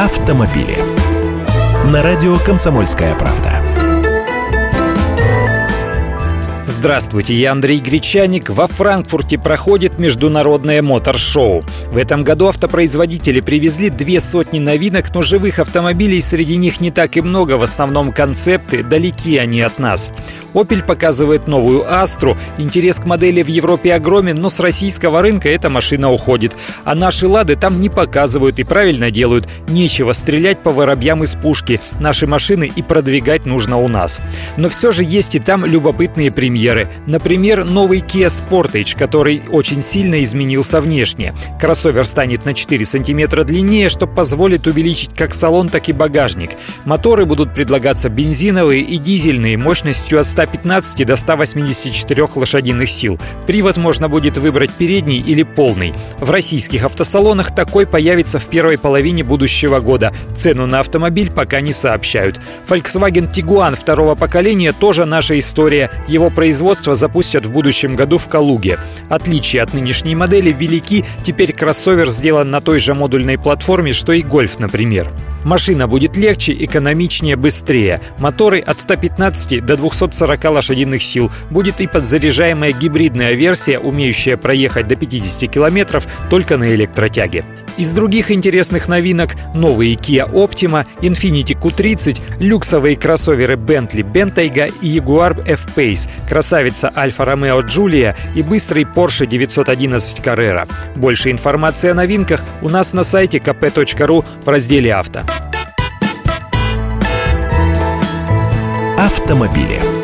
автомобили. На радио «Комсомольская правда». Здравствуйте, я Андрей Гречаник. Во Франкфурте проходит международное мотор-шоу. В этом году автопроизводители привезли 200 новинок, но живых автомобилей среди них не так и много, в основном концепты, далеки они от нас. Opel показывает новую Astra. Интерес к модели в Европе огромен, но с российского рынка эта машина уходит. А наши «Лады» там не показывают и правильно делают. Нечего стрелять по воробьям из пушки. Наши машины и продвигать нужно у нас. Но все же есть и там любопытные премьеры. Например, новый Kia Sportage, который очень сильно изменился внешне. Кроссовер станет на 4 сантиметра длиннее, что позволит увеличить как салон, так и багажник. Моторы будут предлагаться бензиновые и дизельные мощностью от 115 до 184 лошадиных сил. Привод можно будет выбрать передний или полный. В российских автосалонах такой появится в первой половине будущего года. Цену на автомобиль пока не сообщают. Volkswagen Tiguan второго поколения тоже наша история. Его производство запустят в будущем году в Калуге. Отличия от нынешней модели велики. Теперь кроссовер сделан на той же модульной платформе, что и Golf, например. Машина будет легче, экономичнее, быстрее. Моторы от 115 до 240 лошадиных сил. Будет и подзаряжаемая гибридная версия, умеющая проехать до 50 километров только на электротяге. Из других интересных новинок — новые Kia Optima, Infiniti Q30, люксовые кроссоверы Bentley Bentayga и Jaguar F-Pace, красавица Alfa Romeo Giulia и быстрый Porsche 911 Carrera. Больше информации о новинках у нас на сайте kp.ru в разделе «Авто». Автомобили.